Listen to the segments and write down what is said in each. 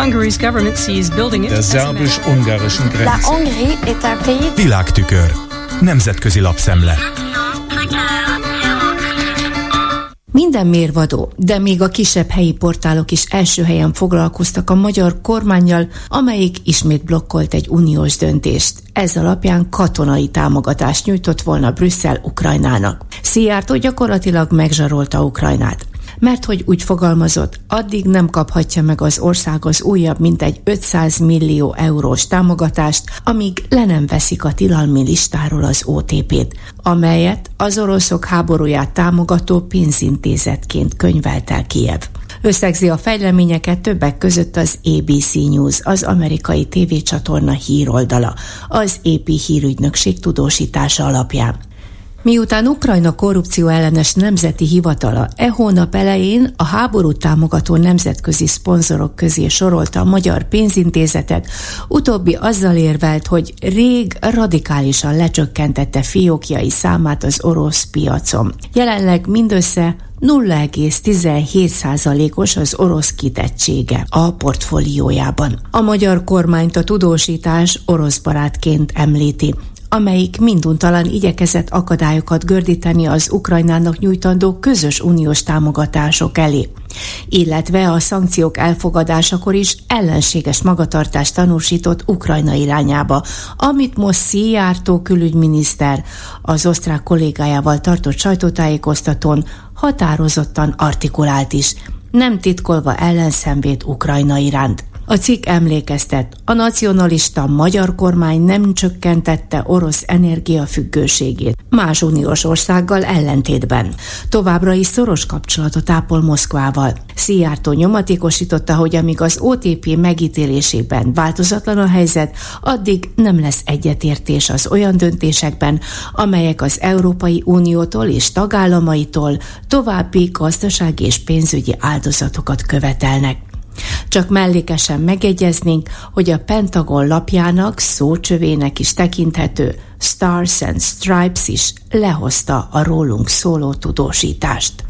der szerbus-ungarischen Grenze. Világtükör. Nemzetközi lapszemle. Minden mérvadó, de még a kisebb helyi portálok is első helyen foglalkoztak a magyar kormánnyal, amelyik ismét blokkolt egy uniós döntést. Ez alapján katonai támogatást nyújtott volna Brüsszel Ukrajnának. Szijjártó gyakorlatilag megzsarolta Ukrajnát. Mert hogy úgy fogalmazott, addig nem kaphatja meg az ország az újabb mintegy 500 millió eurós támogatást, amíg le nem veszik a tilalmi listáról az OTP-t, amelyet az oroszok háborúját támogató pénzintézetként könyvelt el Kijev. Összegzi a fejleményeket többek között az ABC News, az amerikai tévécsatorna híroldala, az AP hírügynökség tudósítása alapján. Miután Ukrajna korrupció ellenes nemzeti hivatala hónap elején a háborút támogató nemzetközi szponzorok közé sorolta a Magyar Pénzintézetet, utóbbi azzal érvelt, hogy rég radikálisan lecsökkentette fiókjai számát az orosz piacon. Jelenleg mindössze 0,17%-os az orosz kitettsége a portfóliójában. A magyar kormányt a tudósítás orosz barátként említi, amelyik minduntalan igyekezett akadályokat gördíteni az Ukrajnának nyújtandó közös uniós támogatások elé, illetve a szankciók elfogadásakor is ellenséges magatartást tanúsított Ukrajna irányába, amit most Szijjártó külügyminiszter az osztrák kollégájával tartott sajtótájékoztatón határozottan artikulált is, nem titkolva ellenszenvét Ukrajna iránt. A cikk emlékeztet, a nacionalista magyar kormány nem csökkentette orosz energiafüggőségét más uniós országgal ellentétben. Továbbra is szoros kapcsolatot ápol Moszkvával. Szijjártó nyomatékosította, hogy amíg az OTP megítélésében változatlan a helyzet, addig nem lesz egyetértés az olyan döntésekben, amelyek az Európai Uniótól és tagállamaitól további gazdasági és pénzügyi áldozatokat követelnek. Csak mellékesen megegyeznénk, hogy a Pentagon lapjának szócsövének is tekinthető Stars and Stripes is lehozta a rólunk szóló tudósítást.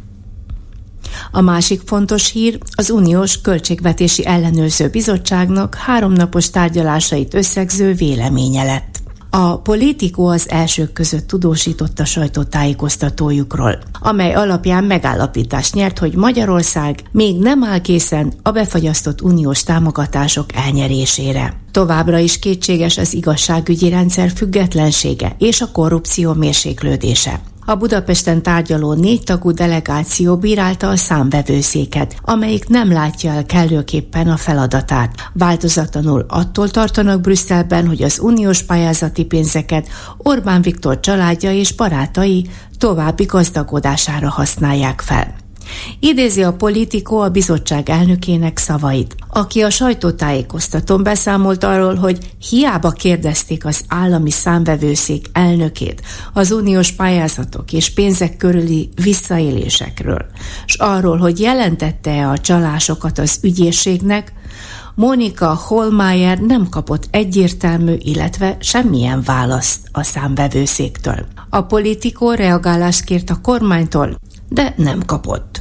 A másik fontos hír az Uniós Költségvetési Ellenőrző Bizottságnak 3 napos tárgyalásait összegző véleménye lett. A Politico az elsők között tudósított a sajtótájékoztatójukról, amely alapján megállapítást nyert, hogy Magyarország még nem áll készen a befagyasztott uniós támogatások elnyerésére. Továbbra is kétséges az igazságügyi rendszer függetlensége és a korrupció mérséklődése. A Budapesten tárgyaló 4 tagú delegáció bírálta a számvevőszéket, amelyik nem látja el kellőképpen a feladatát. Változatlanul attól tartanak Brüsszelben, hogy az uniós pályázati pénzeket Orbán Viktor családja és barátai további gazdagodására használják fel. Idézi a Politico a bizottság elnökének szavait, aki a sajtótájékoztatón beszámolt arról, hogy hiába kérdezték az állami számvevőszék elnökét az uniós pályázatok és pénzek körüli visszaélésekről, s arról, hogy jelentette-e a csalásokat az ügyészségnek, Monika Hohlmeier nem kapott egyértelmű, illetve semmilyen választ a számvevőszéktől. A Politico reagálást kért a kormánytól, de nem kapott.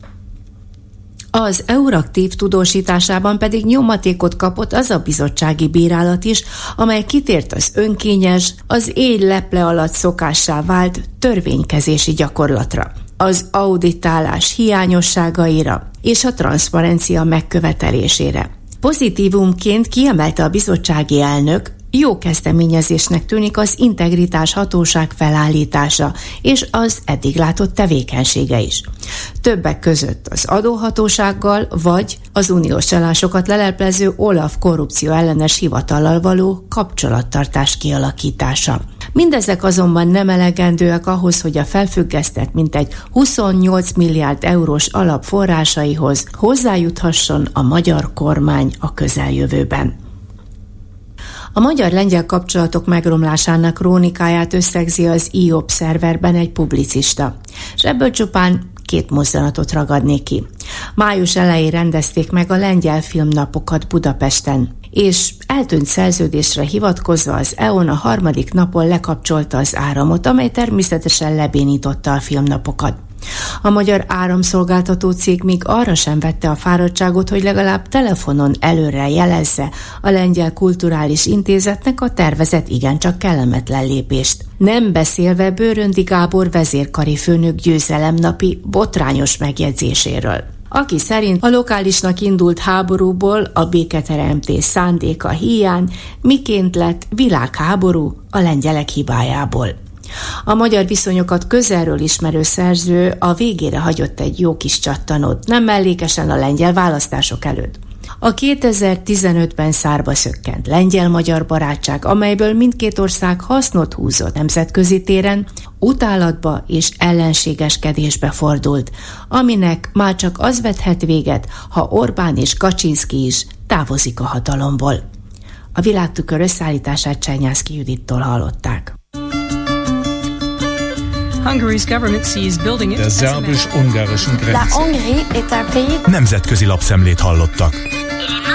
Az Euraktív tudósításában pedig nyomatékot kapott az a bizottsági bírálat is, amely kitért az önkényes, az égy leple alatt szokássá vált törvénykezési gyakorlatra, az auditálás hiányosságaira és a transzparencia megkövetelésére. Pozitívumként kiemelte a bizottsági elnök, jó kezdeményezésnek tűnik az integritás hatóság felállítása és az eddig látott tevékenysége is. Többek között az adóhatósággal vagy az uniós csalásokat leleplező OLAF korrupció ellenes hivatallal való kapcsolattartás kialakítása. Mindezek azonban nem elegendőek ahhoz, hogy a felfüggesztett mintegy 28 milliárd eurós alap forrásaihoz hozzájuthasson a magyar kormány a közeljövőben. A magyar-lengyel kapcsolatok megromlásának krónikáját összegzi az e-Observerben egy publicista, és ebből csupán 2 mozdulatot ragadnék ki. Május elején rendezték meg a lengyel filmnapokat Budapesten, és eltűnt szerződésre hivatkozva az EON a 3. napon lekapcsolta az áramot, amely természetesen lebénította a filmnapokat. A magyar áramszolgáltató cég még arra sem vette a fáradtságot, hogy legalább telefonon előre jelezze a Lengyel Kulturális Intézetnek a tervezett igencsak kellemetlen lépést. Nem beszélve Bőröndi Gábor vezérkari főnök győzelemnapi botrányos megjegyzéséről, aki szerint a lokálisnak indult háborúból a béketeremtés szándéka híján miként lett világháború a lengyelek hibájából. A magyar viszonyokat közelről ismerő szerző a végére hagyott egy jó kis csattanót, nem mellékesen a lengyel választások előtt. A 2015-ben szárba szökkent lengyel-magyar barátság, amelyből mindkét ország hasznot húzott nemzetközi téren, utálatba és ellenségeskedésbe fordult, aminek már csak az vethet véget, ha Orbán és Kaczynszki is távozik a hatalomból. A Világtükör összeállítását Csernyászki Judittól hallották. Der szerbus-ungarischen Grenze. Nemzetközi lapszemlét hallottak.